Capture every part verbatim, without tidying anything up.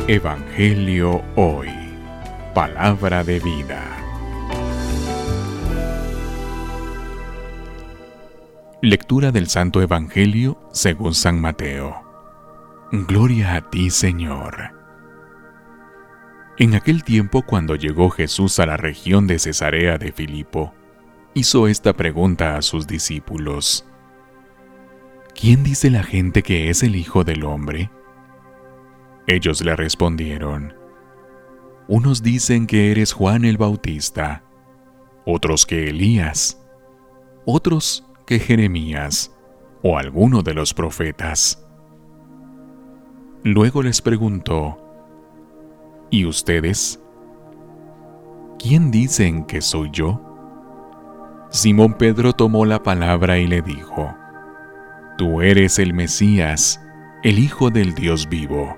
Evangelio Hoy. Palabra de vida. Lectura del Santo Evangelio según San Mateo. Gloria a ti, Señor. En aquel tiempo, cuando llegó Jesús a la región de Cesarea de Filipo, hizo esta pregunta a sus discípulos: ¿Quién dice la gente que es el Hijo del Hombre? Ellos le respondieron: Unos dicen que eres Juan el Bautista, otros que Elías, otros que Jeremías o alguno de los profetas. Luego les preguntó: ¿Y ustedes? ¿Quién dicen que soy yo? Simón Pedro tomó la palabra y le dijo: Tú eres el Mesías, el Hijo del Dios vivo.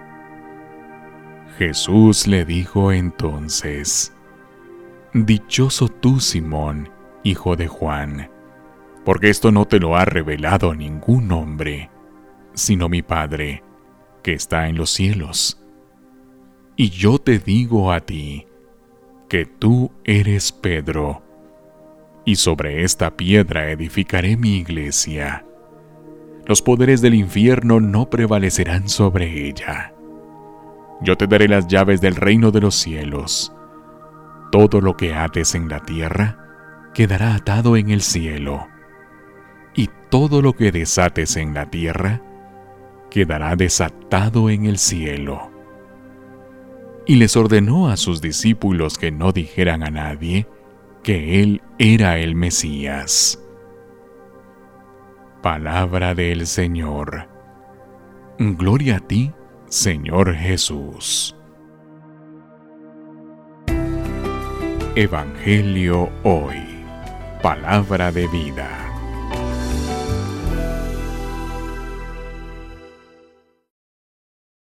Jesús le dijo entonces: Dichoso tú, Simón, hijo de Juan, porque esto no te lo ha revelado ningún hombre, sino mi Padre, que está en los cielos. Y yo te digo a ti, que tú eres Pedro, y sobre esta piedra edificaré mi iglesia. Los poderes del infierno no prevalecerán sobre ella. Yo te daré las llaves del reino de los cielos. Todo lo que ates en la tierra quedará atado en el cielo, y todo lo que desates en la tierra quedará desatado en el cielo. Y les ordenó a sus discípulos que no dijeran a nadie que él era el Mesías. Palabra del Señor. Gloria a ti, Señor Jesús. Evangelio Hoy. Palabra de vida.